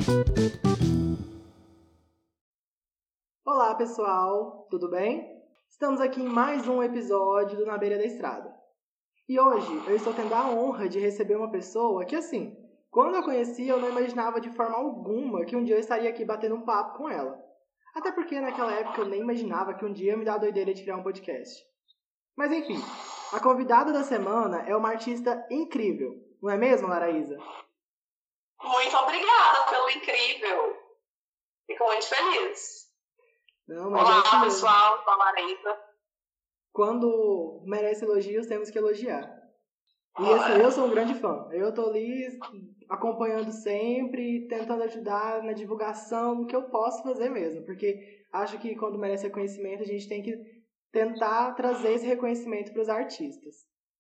Olá pessoal, tudo bem? Estamos aqui em mais um episódio do Na Beira da Estrada. E hoje eu estou tendo a honra de receber uma pessoa que, assim, quando eu conheci eu não imaginava de forma alguma que um dia eu estaria aqui batendo um papo com ela. Até porque naquela época eu nem imaginava que um dia me dá a doideira de criar um podcast. Mas enfim, a convidada da semana é uma artista incrível, não é mesmo, Laraísa? Muito obrigada pelo incrível. Fico muito feliz. Não, mas olá, é pessoal, sou a Laraísa. Quando merece elogios, temos que elogiar. E assim, eu sou um grande fã. Eu tô ali acompanhando sempre, tentando ajudar na divulgação do que eu posso fazer mesmo. Porque acho que quando merece reconhecimento, a gente tem que tentar trazer esse reconhecimento para os artistas.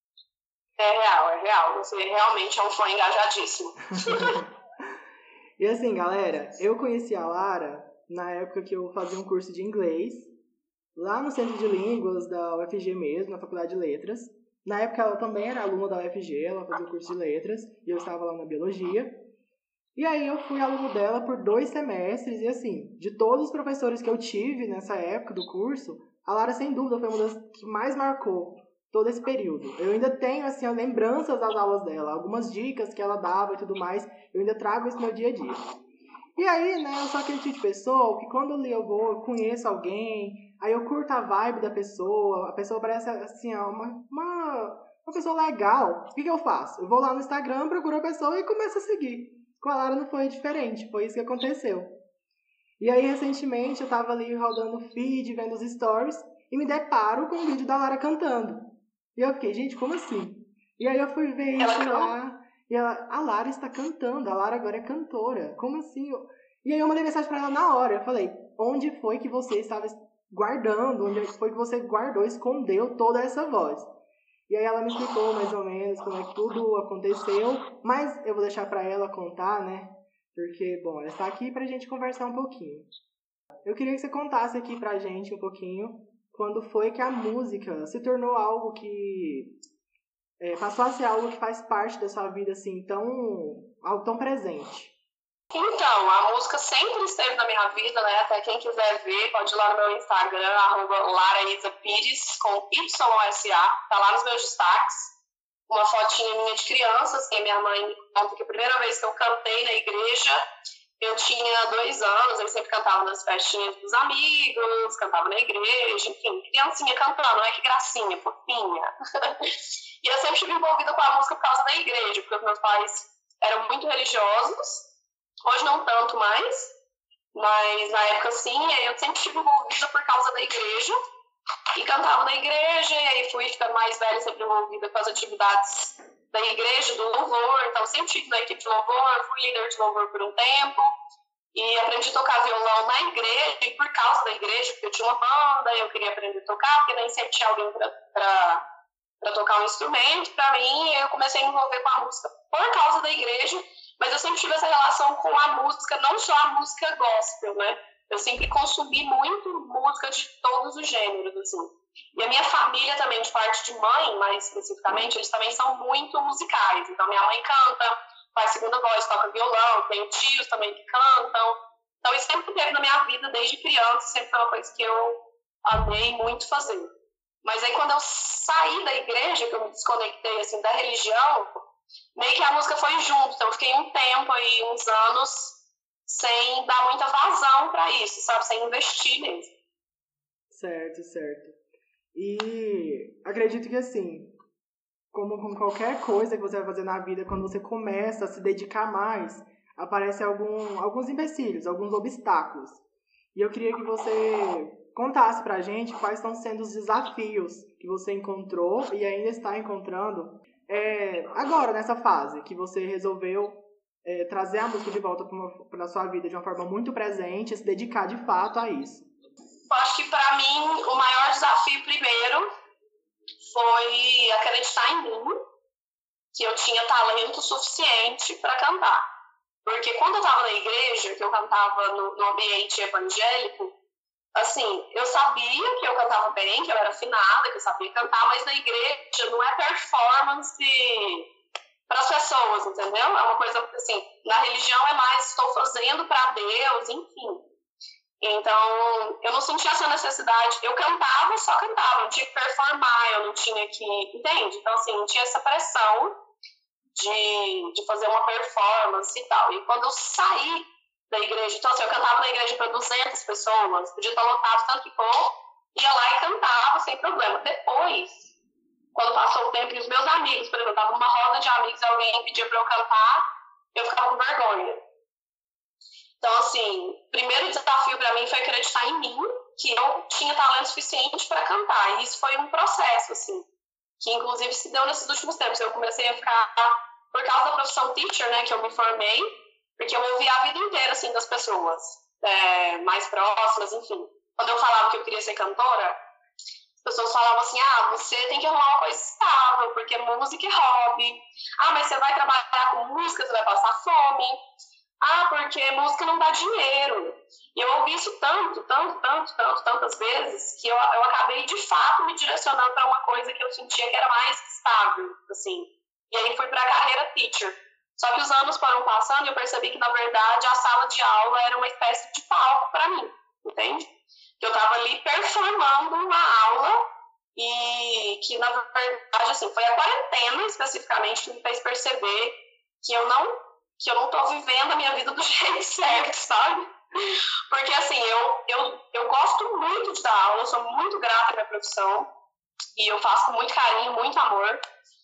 É real. Você realmente é um fã engajadíssimo. E assim, galera, eu conheci a Lara na época que eu fazia um curso de inglês, lá no Centro de Línguas da UFG mesmo, na Faculdade de Letras. Na época ela também era aluna da UFG, ela fazia o curso de letras, e eu estava lá na biologia. E aí eu fui aluno dela por 2 semestres, e assim, de todos os professores que eu tive nessa época do curso, a Lara sem dúvida foi uma das que mais marcou todo esse período. Eu ainda tenho, assim, as lembranças das aulas dela, algumas dicas que ela dava e tudo mais, eu ainda trago isso no meu dia a dia. E aí, né, eu sou aquele tipo de pessoa que quando eu conheço alguém, aí eu curto a vibe da pessoa, a pessoa parece, assim, uma pessoa legal. O que eu faço? Eu vou lá no Instagram, procuro a pessoa e começo a seguir. Com a Lara não foi diferente, foi isso que aconteceu. E aí, recentemente, eu tava ali rodando o feed, vendo os stories, e me deparo com um vídeo da Lara cantando. E eu fiquei, gente, como assim? E aí eu fui ver isso lá, e a Lara está cantando, a Lara agora é cantora. Como assim? E aí eu mandei mensagem pra ela na hora, eu falei, onde foi que você estava guardando, onde foi que você guardou, escondeu toda essa voz? E aí ela me explicou mais ou menos como é que tudo aconteceu, mas eu vou deixar pra ela contar, né? Porque, bom, ela está aqui pra gente conversar um pouquinho. Eu queria que você contasse aqui pra gente um pouquinho quando foi que a música se tornou algo que passou a ser algo que faz parte da sua vida, assim, algo tão presente. Então, a música sempre esteve na minha vida, né? Até quem quiser ver, pode ir lá no meu Instagram, @LaraísaPires, com YSA, tá lá nos meus destaques. Uma fotinha minha de criança, assim, minha mãe me conta que a primeira vez que eu cantei na igreja, eu tinha 2 anos, eu sempre cantava nas festinhas dos amigos, cantava na igreja, enfim, criancinha cantando, que gracinha, fofinha. E eu sempre estive envolvida com a música por causa da igreja, porque os meus pais eram muito religiosos. Hoje não tanto mais, mas na época sim, aí eu sempre estive envolvida por causa da igreja e cantava na igreja, e aí fui ficando mais velha, sempre envolvida com as atividades da igreja, do louvor, então sempre estive na equipe de louvor, fui líder de louvor por um tempo e aprendi a tocar violão na igreja, e por causa da igreja, porque eu tinha uma banda, eu queria aprender a tocar, porque nem sempre tinha alguém para tocar um instrumento para mim, e eu comecei a me envolver com a música por causa da igreja. Mas eu sempre tive essa relação com a música, não só a música gospel, né? Eu sempre consumi muito música de todos os gêneros, assim. E a minha família também, de parte de mãe, mais especificamente, eles também são muito musicais. Então, minha mãe canta, faz segunda voz, toca violão, tenho tios também que cantam. Então, isso sempre teve na minha vida, desde criança, sempre foi uma coisa que eu amei muito fazer. Mas aí, quando eu saí da igreja, que eu me desconectei, assim, da religião, meio que a música foi junto, então eu fiquei um tempo aí, uns anos, sem dar muita vazão pra isso, sabe? Sem investir mesmo. Certo. E acredito que assim, como com qualquer coisa que você vai fazer na vida, quando você começa a se dedicar mais, aparecem alguns empecilhos, alguns obstáculos. E eu queria que você contasse pra gente quais estão sendo os desafios que você encontrou e ainda está encontrando agora, nessa fase, que você resolveu trazer a música de volta para a sua vida de uma forma muito presente e se dedicar de fato a isso. Eu acho que para mim o maior desafio primeiro foi acreditar em mim, que eu tinha talento suficiente para cantar. Porque quando eu estava na igreja, que eu cantava no ambiente evangélico, assim, eu sabia que eu cantava bem, que eu era afinada, que eu sabia cantar, mas na igreja não é performance para as pessoas, entendeu? É uma coisa assim, na religião é mais estou fazendo para Deus, enfim. Então, eu não sentia essa necessidade. Eu cantava, só cantava, não tinha que performar, eu não tinha que, entende? Então, assim, não tinha essa pressão de fazer uma performance e tal. E quando eu saí da igreja, então assim, eu cantava na igreja para 200 pessoas, podia estar lotado tanto que for, ia lá e cantava sem problema. Depois, quando passou o tempo e os meus amigos, por exemplo, eu estava numa roda de amigos e alguém pedia para eu cantar, eu ficava com vergonha. Então, assim, o primeiro desafio para mim foi acreditar em mim, que eu tinha talento suficiente para cantar. E isso foi um processo, assim, que inclusive se deu nesses últimos tempos. Eu comecei a ficar, por causa da profissão teacher, né, que eu me formei, porque eu ouvi a vida inteira, assim, das pessoas mais próximas, enfim. Quando eu falava que eu queria ser cantora, as pessoas falavam assim, você tem que arrumar uma coisa estável, porque música é hobby. Mas você vai trabalhar com música, você vai passar fome. Porque música não dá dinheiro. E eu ouvi isso tantas vezes, que eu acabei, de fato, me direcionando para uma coisa que eu sentia que era mais estável, assim. E aí fui para a carreira teacher. Só que os anos foram passando e eu percebi que, na verdade, a sala de aula era uma espécie de palco para mim, entende? Que eu estava ali performando uma aula e que, na verdade, assim, foi a quarentena, especificamente, que me fez perceber que eu não tô vivendo a minha vida do jeito certo, sabe? Porque, assim, eu gosto muito de dar aula, eu sou muito grata à minha profissão e eu faço com muito carinho, muito amor,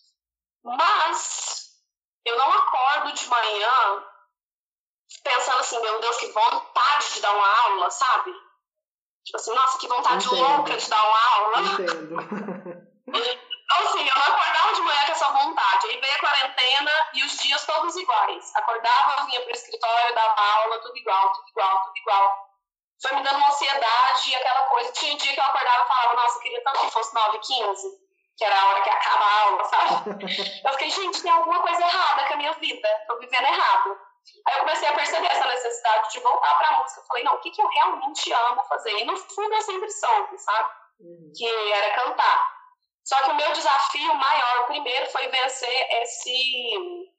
mas eu não acordo de manhã pensando assim, meu Deus, que vontade de dar uma aula, sabe? Tipo assim, nossa, que vontade louca de dar uma aula. Entendo. Então, assim, eu não acordava de manhã com essa vontade. Aí veio a quarentena e os dias todos iguais. Acordava, vinha pro escritório, dava aula, tudo igual. Foi me dando uma ansiedade e aquela coisa. Tinha dia que eu acordava e falava, nossa, eu queria tanto que fosse 9h15, que era a hora que acaba a aula, sabe? Eu fiquei, gente, tem alguma coisa errada com a minha vida. Tô vivendo errado. Aí eu comecei a perceber essa necessidade de voltar pra música. Eu falei, não, o que eu realmente amo fazer? E no fundo eu sempre soube, sabe? Que era cantar. Só que o meu desafio maior, o primeiro, foi vencer esse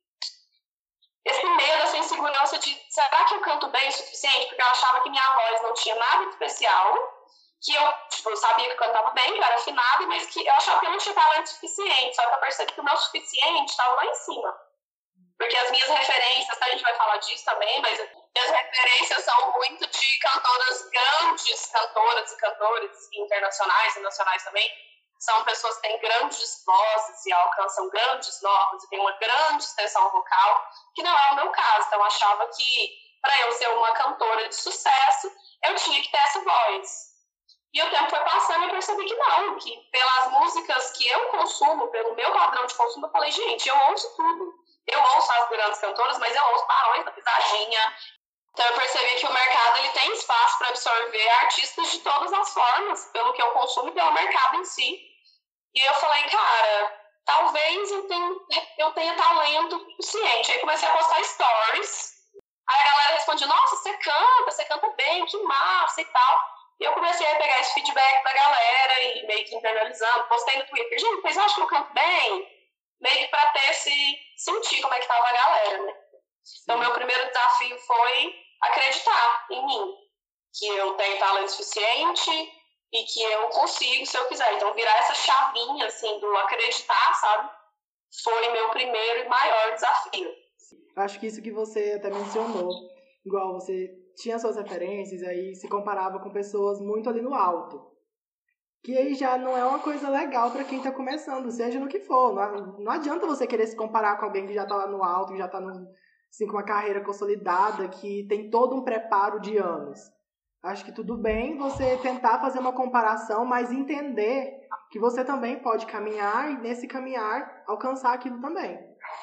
medo, essa insegurança de será que eu canto bem o suficiente? Porque eu achava que minha voz não tinha nada de especial, que eu sabia que eu cantava bem, que eu era afinada, mas que eu achava que eu não tinha talento suficiente. Só que eu percebi que o meu suficiente estava lá em cima. Porque as minhas referências, a gente vai falar disso também, mas minhas referências são muito de cantoras, grandes cantoras e cantores internacionais e nacionais também. São pessoas que têm grandes vozes e alcançam grandes notas e têm uma grande extensão vocal, que não é o meu caso. Então, eu achava que para eu ser uma cantora de sucesso, eu tinha que ter essa voz. E o tempo foi passando e eu percebi que não, que pelas músicas que eu consumo, pelo meu padrão de consumo, eu falei, gente, eu ouço tudo. Eu ouço as grandes cantoras, mas eu ouço Barões da Pisadinha. Então eu percebi que o mercado ele tem espaço para absorver artistas de todas as formas, pelo que eu consumo e pelo mercado em si. E eu falei, cara, talvez eu tenha talento suficiente. Aí comecei a postar stories. Aí a galera respondia, nossa, você canta bem, que massa e tal. E eu comecei a pegar esse feedback da galera e meio que internalizando. Postei no Twitter, gente, vocês acham que eu canto bem? Meio que pra sentir como é que tava a galera, né? Então, meu primeiro desafio foi acreditar em mim, que eu tenho talento suficiente e que eu consigo se eu quiser. Então, virar essa chavinha, assim, do acreditar, sabe? Foi meu primeiro e maior desafio. Acho que isso que você até mencionou, igual você tinha suas referências, aí se comparava com pessoas muito ali no alto. Que aí já não é uma coisa legal pra quem tá começando, seja no que for. Não adianta você querer se comparar com alguém que já tá lá no alto, que já tá assim, com uma carreira consolidada, que tem todo um preparo de anos. Acho que tudo bem você tentar fazer uma comparação, mas entender que você também pode caminhar e nesse caminhar alcançar aquilo também.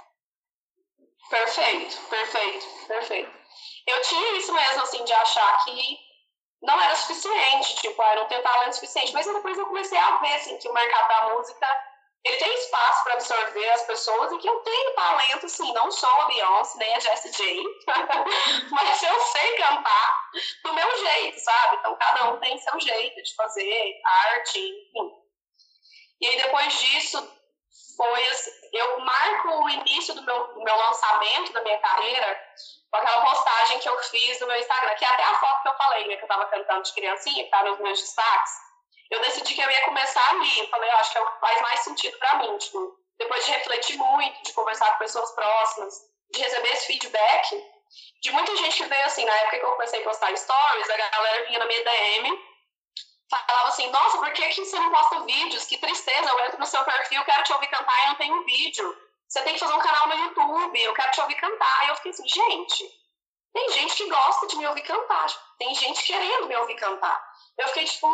Perfeito. Eu tinha isso mesmo, assim, de achar que não era suficiente, tipo, eu não tenho talento suficiente. Mas depois eu comecei a ver, assim, que o mercado da música, ele tem espaço para absorver as pessoas e que eu tenho talento, assim, não sou a Beyoncé, nem a Jessie J, mas eu sei cantar do meu jeito, sabe? Então, cada um tem seu jeito de fazer arte, enfim. E aí, depois disso, foi assim, eu marco o início do meu lançamento da minha carreira com aquela postagem que eu fiz no meu Instagram, que é até a foto que eu falei, né, que eu tava cantando de criancinha, que tá nos meus destaques. Eu decidi que eu ia começar ali. Eu falei, eu acho que é o que faz mais sentido pra mim, tipo, depois de refletir muito, de conversar com pessoas próximas, de receber esse feedback, de muita gente que veio assim, na época que eu comecei a postar stories, a galera vinha na minha DM, falava assim, nossa, por que você não posta vídeos? Que tristeza, eu entro no seu perfil, quero te ouvir cantar e não tem um vídeo. Você tem que fazer um canal no YouTube, eu quero te ouvir cantar. E eu fiquei assim, gente, tem gente que gosta de me ouvir cantar, tem gente querendo me ouvir cantar. Eu fiquei tipo,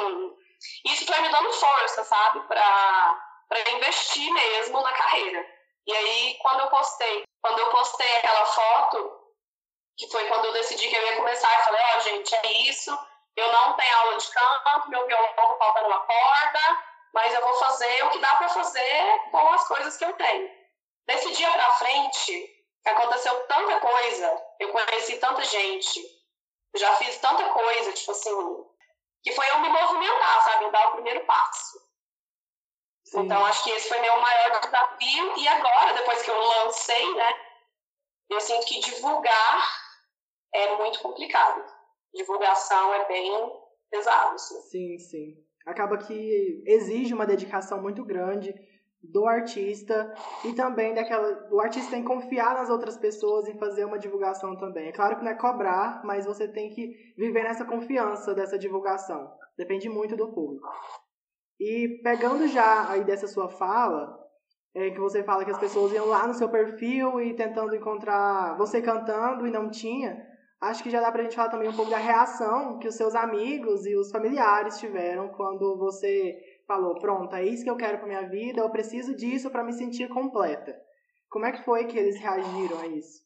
isso foi me dando força, sabe, pra investir mesmo na carreira. E aí, quando eu postei aquela foto, que foi quando eu decidi que eu ia começar, eu falei, gente, é isso, eu não tenho aula de canto, meu violão tá faltando uma corda, mas eu vou fazer o que dá pra fazer com as coisas que eu tenho. Desse dia pra frente, aconteceu tanta coisa, eu conheci tanta gente, eu já fiz tanta coisa, tipo assim, que foi eu me movimentar, sabe, dar o primeiro passo. Sim. Então, acho que esse foi meu maior desafio, e agora, depois que eu lancei, né, eu sinto que divulgar é muito complicado. Divulgação é bem pesado, assim. Sim, sim. Acaba que exige uma dedicação muito grande do artista e também do artista tem que confiar nas outras pessoas em fazer uma divulgação também. É claro que não é cobrar, mas você tem que viver nessa confiança dessa divulgação. Depende muito do público. E pegando já aí dessa sua fala, que você fala que as pessoas iam lá no seu perfil e tentando encontrar você cantando e não tinha, acho que já dá pra gente falar também um pouco da reação que os seus amigos e os familiares tiveram quando você falou, pronto, é isso que eu quero pra minha vida, eu preciso disso pra me sentir completa. Como é que foi que eles reagiram a isso?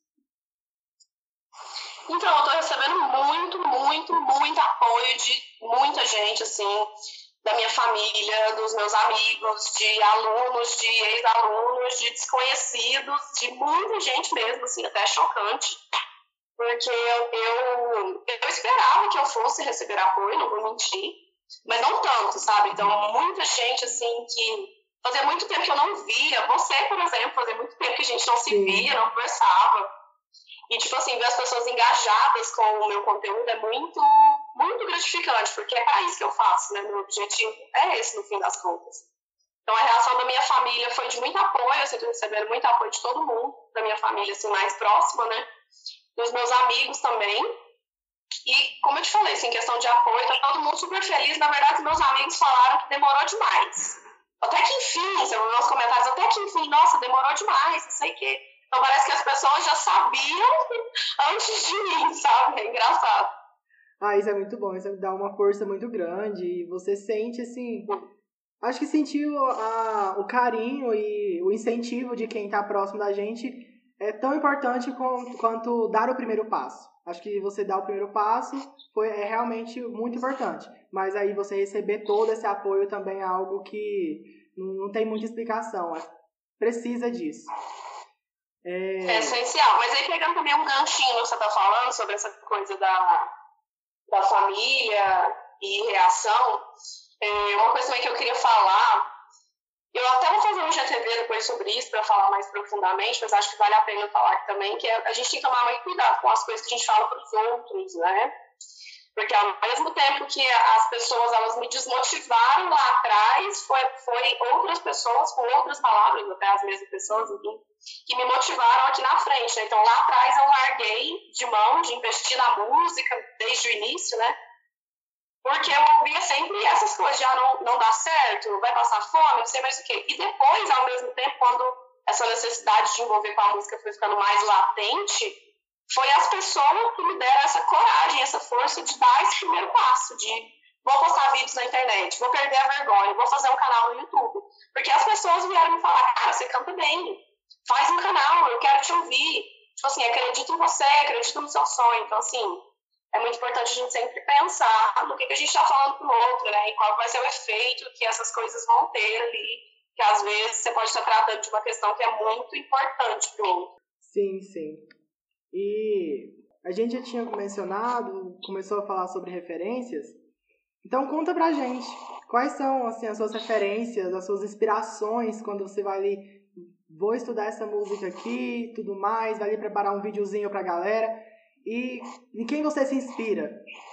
Então, eu tô recebendo muito apoio de muita gente, assim, da minha família, dos meus amigos, de alunos, de ex-alunos, de desconhecidos, de muita gente mesmo, assim, até chocante. Porque eu esperava que eu fosse receber apoio, não vou mentir, mas não tanto, sabe? Então, muita gente, assim, que fazia muito tempo que eu não via. Você, por exemplo, fazia muito tempo que a gente não se via, não conversava. E, tipo assim, ver as pessoas engajadas com o meu conteúdo é muito, muito gratificante, porque é para isso que eu faço, né? Meu objetivo é esse, no fim das contas. Então, a reação da minha família foi de muito apoio, assim, tô recebendo muito apoio de todo mundo, da minha família, assim, mais próxima, né? Dos meus amigos também. E, como eu te falei, assim, em questão de apoio, tá todo mundo super feliz. Na verdade, meus amigos falaram que demorou demais. Até que enfim, nos comentários, até que enfim, nossa, demorou demais, não sei o quê. Então parece que as pessoas já sabiam antes de mim, sabe? É engraçado. Isso é muito bom, isso dá uma força muito grande e você sente, assim... Acho que sentir o carinho e o incentivo de quem tá próximo da gente é tão importante quanto dar o primeiro passo. Acho que você dar o primeiro passo é realmente muito importante. Mas aí você receber todo esse apoio também é algo que não tem muita explicação. Precisa disso. É essencial. Mas aí pegando também um ganchinho que você tá falando sobre essa coisa da família e reação, uma coisa também que eu queria falar, eu até vou fazer um GTV depois sobre isso para falar mais profundamente, mas acho que vale a pena falar aqui também, que a gente tem que tomar muito cuidado com as coisas que a gente fala para os outros, né? Porque ao mesmo tempo que as pessoas elas me desmotivaram lá atrás, foi outras pessoas com outras palavras, até as mesmas pessoas, enfim, que me motivaram aqui na frente. Né? Então lá atrás eu larguei de mão de investir na música desde o início, né? Porque eu ouvia sempre essas coisas, já não dá certo, vai passar fome, não sei mais o quê. E depois, ao mesmo tempo, quando essa necessidade de envolver com a música foi ficando mais latente, foi as pessoas que me deram essa coragem, essa força de dar esse primeiro passo, de vou postar vídeos na internet, vou perder a vergonha, vou fazer um canal no YouTube. Porque as pessoas vieram me falar, cara, você canta bem, faz um canal, eu quero te ouvir. Tipo assim, acredito em você, acredito no seu sonho. Então, assim, é muito importante a gente sempre pensar no que a gente está falando pro outro, né? E qual vai ser o efeito que essas coisas vão ter ali, que às vezes você pode estar tratando de uma questão que é muito importante pro outro. Sim, sim. E a gente já tinha mencionado, começou a falar sobre referências, então conta pra gente, Quais são, assim, as suas referências, as suas inspirações quando você vai ali, vou estudar essa música aqui, tudo mais, vai ali preparar um videozinho pra galera? E em quem você se inspira?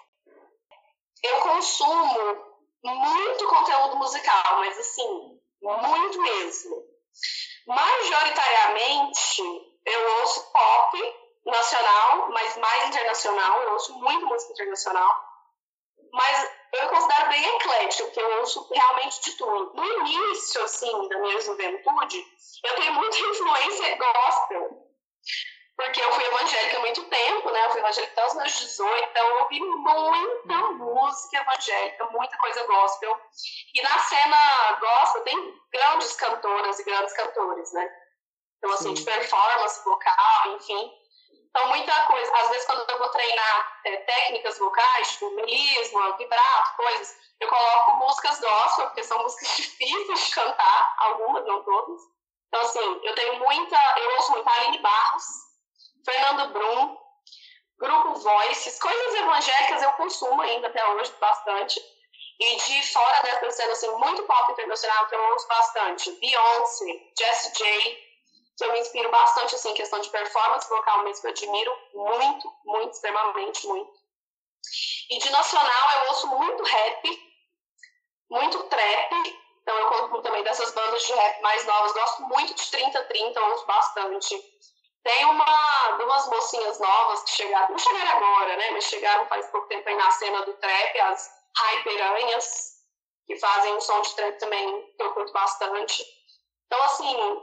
Eu consumo muito conteúdo musical, mas assim, muito mesmo. Majoritariamente, eu ouço pop nacional, mas mais internacional. Eu ouço muito música internacional. Mas eu considero bem eclético, porque eu ouço realmente de tudo. No início, assim, da minha juventude, eu tenho muita influência gospel. Porque eu fui evangélica há muito tempo, né? Eu fui evangélica até os meus 18, então eu ouvi muita música evangélica, muita coisa gospel. E na cena gospel tem grandes cantoras e grandes cantores, né? Então, assim, de performance vocal, enfim. Então, muita coisa. Às vezes, quando eu vou treinar técnicas vocais, tipo melisma, vibrato, coisas, eu coloco músicas gospel, porque são músicas difíceis de cantar, algumas, não todas. Então, assim, eu ouço muito Aline Barros, Fernando Brum, Grupo Voices, coisas evangélicas eu consumo ainda até hoje bastante. E de fora dessa cena, assim, muito pop internacional que eu ouço bastante. Beyoncé, Jessie J, que eu me inspiro bastante, assim, em questão de performance vocal mesmo, que eu admiro muito, muito, extremamente muito. E de nacional eu ouço muito rap, muito trap, então eu conto também dessas bandas de rap mais novas, gosto muito de 3030, eu ouço bastante. Tem duas mocinhas novas que chegaram, não chegaram agora, né, mas chegaram faz pouco tempo aí na cena do trap, as Hyperanhas, que fazem um som de trap também que eu curto bastante. Então, assim,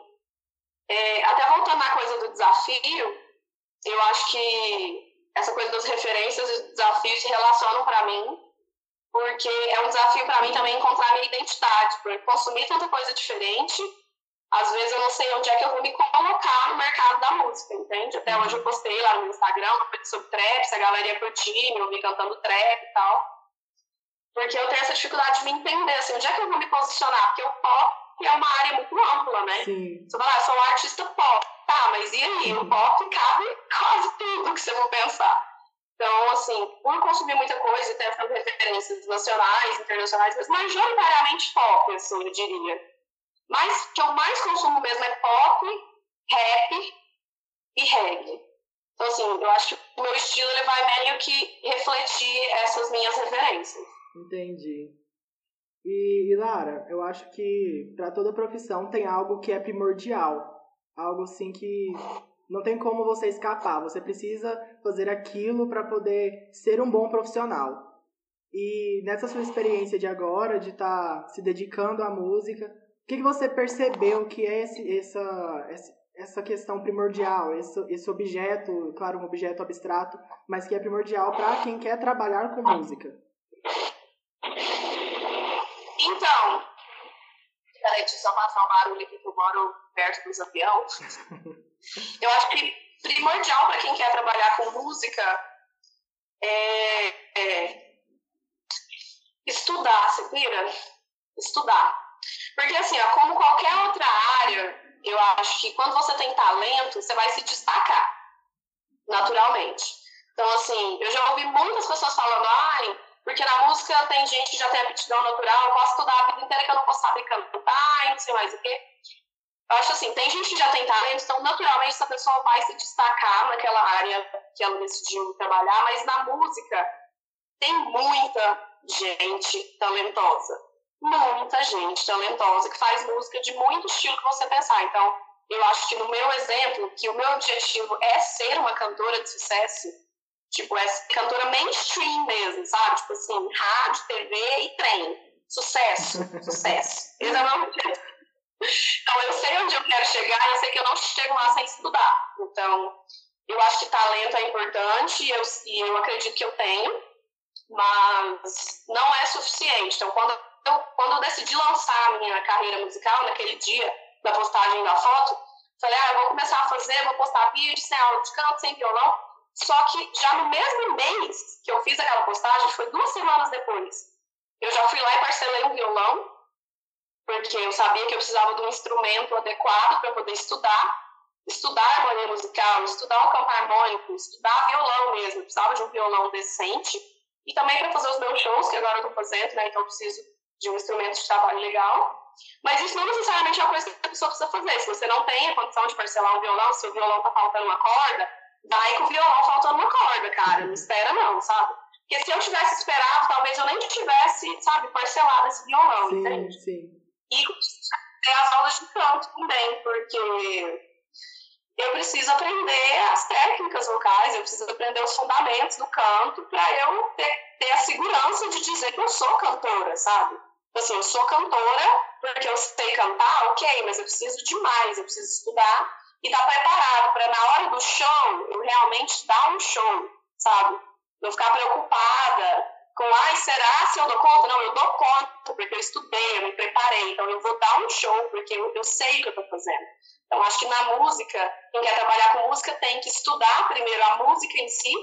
até voltando na coisa do desafio, eu acho que essa coisa das referências e desafios se relacionam para mim, porque é um desafio para mim também encontrar a minha identidade, porque consumir tanta coisa diferente, às vezes eu não sei onde é que eu vou me colocar no mercado da música, entende? Até hoje eu postei lá no meu Instagram uma coisa sobre trap, se a galera ia curtir, me ouvir cantando trap e tal, porque eu tenho essa dificuldade de me entender, assim, onde é que eu vou me posicionar, porque o pop é uma área muito ampla, né? Sim. Você fala, eu sou um artista pop, tá, mas e aí? O pop cabe quase tudo que você for pensar. Então, assim, por consumir muita coisa e ter essas referências nacionais, internacionais, mas majoritariamente pop, assim, eu diria. Mas o que eu mais consumo mesmo é pop, rap e reggae. Então, assim, eu acho que o meu estilo ele vai meio que refletir essas minhas referências. Entendi. E Lara, eu acho que para toda profissão tem algo que é primordial. Algo assim que não tem como você escapar. Você precisa fazer aquilo para poder ser um bom profissional. E nessa sua experiência de agora, de estar se dedicando à música, o que você percebeu que é essa questão primordial, esse objeto, claro, um objeto abstrato, mas que é primordial para quem quer trabalhar com música? Então, peraí, deixa eu só passar um barulho aqui que eu moro perto dos aviões. Eu acho que primordial para quem quer trabalhar com música é estudar, você vira? Estudar. Porque assim, ó, como qualquer outra área, eu acho que quando você tem talento, você vai se destacar, naturalmente. Então, assim, eu já ouvi muitas pessoas falando, porque na música tem gente que já tem aptidão natural, eu posso estudar a vida inteira que eu não posso saber cantar e não sei mais o quê. Eu acho assim, tem gente que já tem talento, então naturalmente essa pessoa vai se destacar naquela área que ela decidiu trabalhar, mas na música tem muita gente talentosa. Muita gente talentosa que faz música de muito estilo que você pensar. Então, eu acho que no meu exemplo, que o meu objetivo é ser uma cantora de sucesso, tipo, é ser cantora mainstream mesmo, sabe? Tipo assim, rádio, TV e trem. Sucesso, sucesso. Esse é o meu objetivo. Então, eu sei onde eu quero chegar e eu sei que eu não chego lá sem estudar. Então, eu acho que talento é importante e eu acredito que eu tenho, mas não é suficiente. Então, quando eu decidi lançar a minha carreira musical, naquele dia da postagem da foto, falei, eu vou começar a fazer, vou postar vídeo sem aula de canto, sem violão. Só que já no mesmo mês que eu fiz aquela postagem, foi 2 semanas depois, eu já fui lá e parcelei um violão, porque eu sabia que eu precisava de um instrumento adequado para poder estudar harmonia musical, estudar o campo harmônico, estudar violão mesmo. Eu precisava de um violão decente. E também para fazer os meus shows, que agora eu estou fazendo, né? Então eu preciso de um instrumento de trabalho legal. Mas isso não necessariamente é uma coisa que a pessoa precisa fazer. Se você não tem a condição de parcelar um violão, se o violão tá faltando uma corda, vai com o violão faltando uma corda, cara. Não espera não, sabe? Porque se eu tivesse esperado, talvez eu nem tivesse, sabe, parcelado esse violão, sim, entende? Sim. E tem as aulas de canto também, porque eu preciso aprender as técnicas vocais, eu preciso aprender os fundamentos do canto para eu ter a segurança de dizer que eu sou cantora, sabe? Assim, eu sou cantora porque eu sei cantar, ok, mas eu preciso de mais, eu preciso estudar e estar preparado para na hora do show eu realmente dar um show, sabe? Não ficar preocupada com, será se eu dou conta? Não, eu dou conta porque eu estudei, eu me preparei, então eu vou dar um show porque eu sei o que eu estou fazendo. Então, acho que na música, quem quer trabalhar com música tem que estudar primeiro a música em si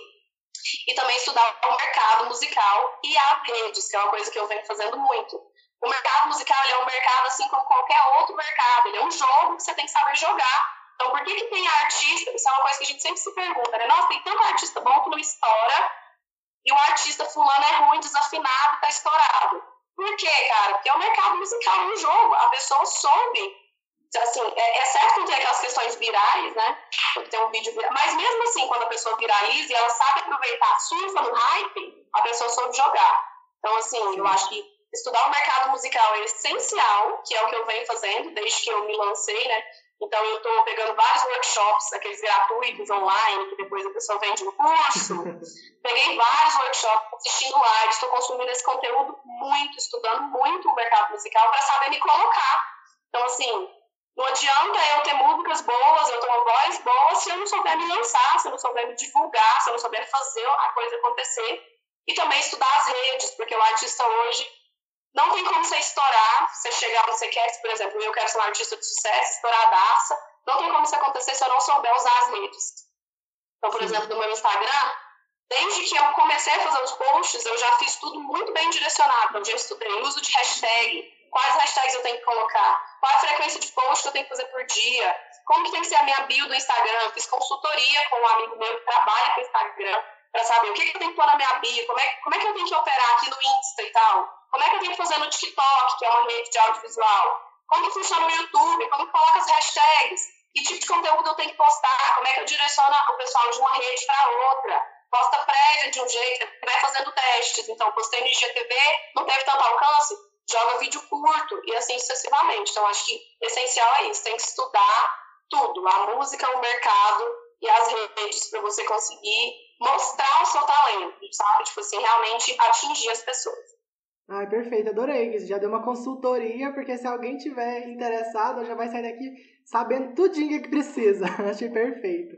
e também estudar o mercado musical e as redes, que é uma coisa que eu venho fazendo muito. O mercado musical ele é um mercado assim como qualquer outro mercado, ele é um jogo que você tem que saber jogar. Então, por que tem artista? Isso é uma coisa que a gente sempre se pergunta, né? Nossa, tem tanto artista bom que não estoura e o artista fulano é ruim, desafinado, tá estourado. Por quê, cara? Porque o mercado musical é um jogo, a pessoa soube. Assim, é certo que tem aquelas questões virais, né? Quando tem um vídeo viral, mas mesmo assim, quando a pessoa viraliza e ela sabe aproveitar, surfa no hype, a pessoa soube jogar. Então, assim, eu acho que estudar o mercado musical é essencial, que é o que eu venho fazendo desde que eu me lancei, né? Então, eu estou pegando vários workshops, aqueles gratuitos online, que depois a pessoa vende no curso. Peguei vários workshops, assistindo lives, estou consumindo esse conteúdo muito, estudando muito o mercado musical para saber me colocar. Então, assim, não adianta eu ter músicas boas, eu ter uma voz boa, se eu não souber me lançar, se eu não souber me divulgar, se eu não souber fazer a coisa acontecer. E também estudar as redes, porque o artista hoje não tem como você estourar, você chegar onde você quer, por exemplo, eu quero ser um artista de sucesso, estouradaça, não tem como isso acontecer se eu não souber usar as redes. Então, por exemplo, no meu Instagram, desde que eu comecei a fazer os posts, eu já fiz tudo muito bem direcionado. Eu já estudei uso de hashtag, quais hashtags eu tenho que colocar, qual a frequência de post que eu tenho que fazer por dia, como que tem que ser a minha bio do Instagram. Fiz consultoria com um amigo meu que trabalha com o Instagram para saber o que eu tenho que pôr na minha bio, como é que eu tenho que operar aqui no Insta e tal, como é que eu tenho que fazer no TikTok, que é uma rede de audiovisual, como que funciona no YouTube, como que coloca as hashtags, que tipo de conteúdo eu tenho que postar, como é que eu direciono o pessoal de uma rede para outra. Posta prévia de um jeito, vai fazendo testes. Então, postei no IGTV, não teve tanto alcance, joga vídeo curto e assim sucessivamente. Então, acho que essencial é isso, tem que estudar tudo, a música, o mercado e as redes para você conseguir mostrar o seu talento, sabe? Tipo assim, realmente atingir as pessoas. Ai, perfeito, adorei. Já deu uma consultoria, porque se alguém tiver interessado, já vai sair daqui sabendo tudinho que precisa. Achei perfeito.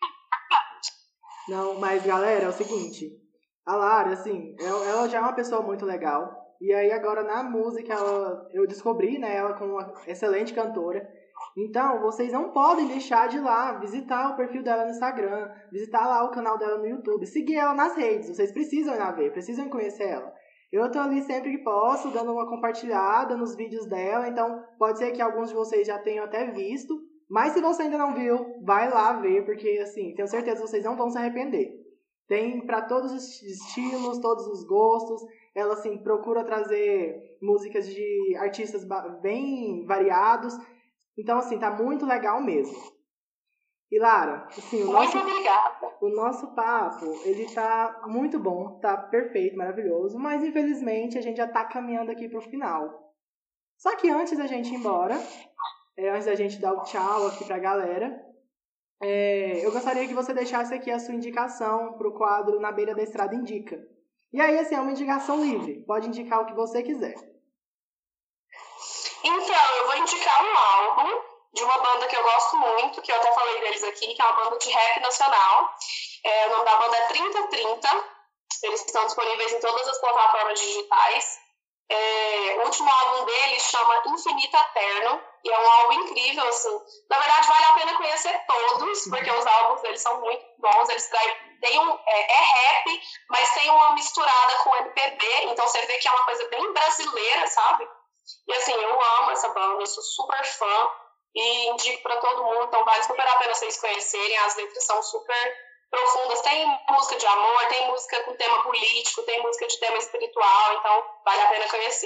Não, mas galera, é o seguinte, a Lara, assim, ela já é uma pessoa muito legal, e aí agora na música eu descobri, né, ela como uma excelente cantora, então vocês não podem deixar de ir lá visitar o perfil dela no Instagram, visitar lá o canal dela no YouTube, seguir ela nas redes, vocês precisam ir lá ver, precisam conhecer ela. Eu tô ali sempre que posso, dando uma compartilhada nos vídeos dela, então pode ser que alguns de vocês já tenham até visto, mas se você ainda não viu, vai lá ver, porque assim, tenho certeza que vocês não vão se arrepender. Tem para todos os estilos, todos os gostos. Ela assim procura trazer músicas de artistas bem variados. Então assim, tá muito legal mesmo. E Lara, assim, o nosso papo, ele tá muito bom, tá perfeito, maravilhoso, mas infelizmente a gente já tá caminhando aqui pro final. Só que antes da gente ir embora, antes da gente dar o tchau aqui pra galera, eu gostaria que você deixasse aqui a sua indicação pro quadro Na Beira da Estrada Indica. E aí, assim, é uma indicação livre. Pode indicar o que você quiser. Então, eu vou indicar um álbum de uma banda que eu gosto muito, que eu até falei deles aqui, que é uma banda de rap nacional. O nome da banda é 3030. Eles estão disponíveis em todas as plataformas digitais. O último álbum deles chama Infinito Eterno, e é um álbum incrível, assim. Na verdade, vale a pena conhecer todos, porque os álbuns deles são muito bons. Eles têm rap, mas tem uma misturada com MPB, então você vê que é uma coisa bem brasileira, sabe? E assim, eu amo essa banda, eu sou super fã e indico pra todo mundo, então vale super a pena vocês conhecerem. As letras são super profundas, tem música de amor, tem música com tema político, tem música de tema espiritual, então vale a pena conhecer.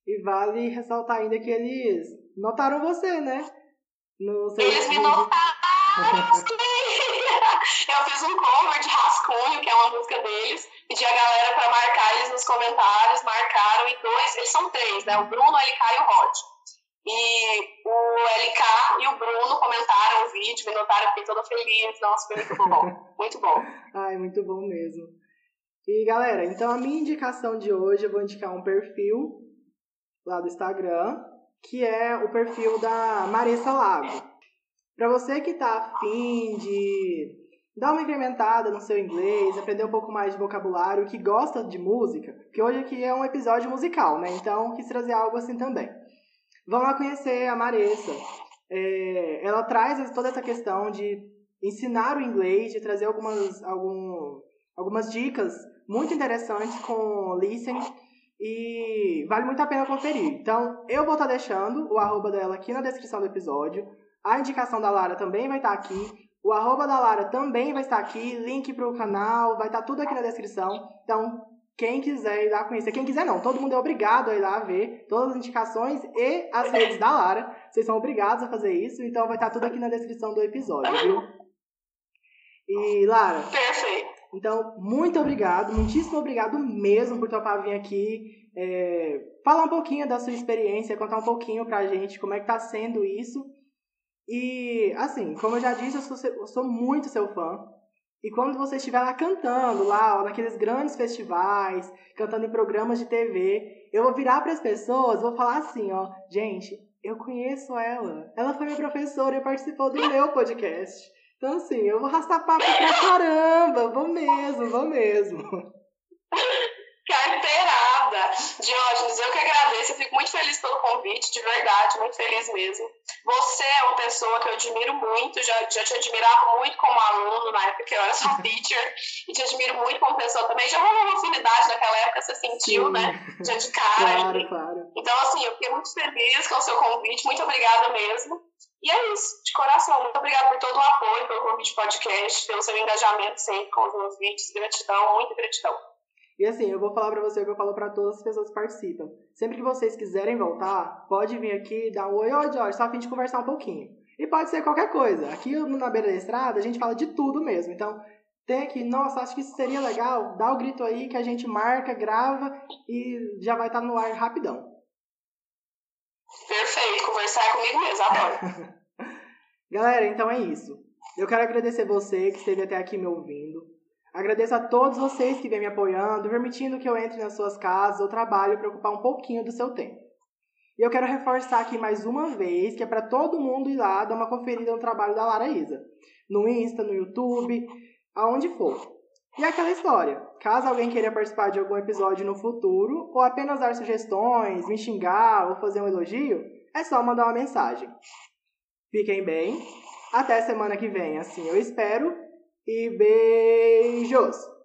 E vale ressaltar ainda que eles notaram você, né? Eles me notaram, sim! Eu fiz um cover de Rascunho, que é uma música deles, pedi a galera pra marcar eles nos comentários, marcaram, e eles são 3, né? O Bruno, o LK e o Rod. E o LK e o Bruno comentaram o vídeo, me notaram, fiquei toda feliz. Nossa, foi muito bom. Muito bom. Ai, muito bom mesmo. E galera, então a minha indicação de hoje, eu vou indicar um perfil lá do Instagram, que é o perfil da Marissa Lago. Para você que tá afim de dar uma incrementada no seu inglês, aprender um pouco mais de vocabulário, que gosta de música, porque hoje aqui é um episódio musical, né? Então quis trazer algo assim também. Vão lá conhecer a Marissa. Ela traz toda essa questão de ensinar o inglês, de trazer algumas dicas muito interessantes com listening e vale muito a pena conferir. Então, eu vou estar deixando o arroba dela aqui na descrição do episódio. A indicação da Lara também vai estar aqui. O arroba da Lara também vai estar aqui. Link para o canal, vai estar tudo aqui na descrição. Então, quem quiser ir lá conhecer, quem quiser não, todo mundo é obrigado a ir lá ver todas as indicações e as redes da Lara. Vocês são obrigados a fazer isso, então vai estar tudo aqui na descrição do episódio, viu? E, Lara... Perfeito. Então, muito obrigado, muitíssimo obrigado mesmo por topar vir aqui falar um pouquinho da sua experiência, contar um pouquinho pra gente como é que tá sendo isso. E, assim, como eu já disse, eu sou muito seu fã. E quando você estiver lá cantando, lá, ó, naqueles grandes festivais, cantando em programas de TV, eu vou virar para as pessoas, vou falar assim, ó, gente, eu conheço ela. Ela foi minha professora e participou do meu podcast. Então, assim, eu vou arrastar papo pra caramba, vou mesmo. Carteirada! Diógenes, eu que agradeço, eu fico muito feliz pelo convite, de verdade, muito feliz mesmo. Você é uma pessoa que eu admiro muito, já te admirava muito como aluno na época que eu era sua teacher, e te admiro muito como pessoa também. Já rolou uma afinidade naquela época, você sentiu, Sim. né? Já de cara. Claro. Então, assim, eu fiquei muito feliz com o seu convite, muito obrigada mesmo. E é isso, de coração, muito obrigada por todo o apoio, pelo convite podcast, pelo seu engajamento sempre com os meus vídeos. Gratidão, muita gratidão. E assim, eu vou falar pra você o que eu falo pra todas as pessoas que participam. Sempre que vocês quiserem voltar, pode vir aqui, dar um oi, Jorge, só a fim de conversar um pouquinho. E pode ser qualquer coisa. Aqui na beira da estrada, a gente fala de tudo mesmo. Então, tem aqui, nossa, acho que isso seria legal, dá o grito aí que a gente marca, grava e já vai estar no ar rapidão. Perfeito, conversar é comigo mesmo, adoro. Galera, então é isso. Eu quero agradecer você que esteve até aqui me ouvindo. Agradeço a todos vocês que vêm me apoiando, permitindo que eu entre nas suas casas ou trabalho para ocupar um pouquinho do seu tempo. E eu quero reforçar aqui mais uma vez que é para todo mundo ir lá dar uma conferida no trabalho da Lara Isa. No Insta, no YouTube, aonde for. E aquela história, caso alguém queira participar de algum episódio no futuro, ou apenas dar sugestões, me xingar ou fazer um elogio, é só mandar uma mensagem. Fiquem bem, até semana que vem, assim eu espero, e beijos!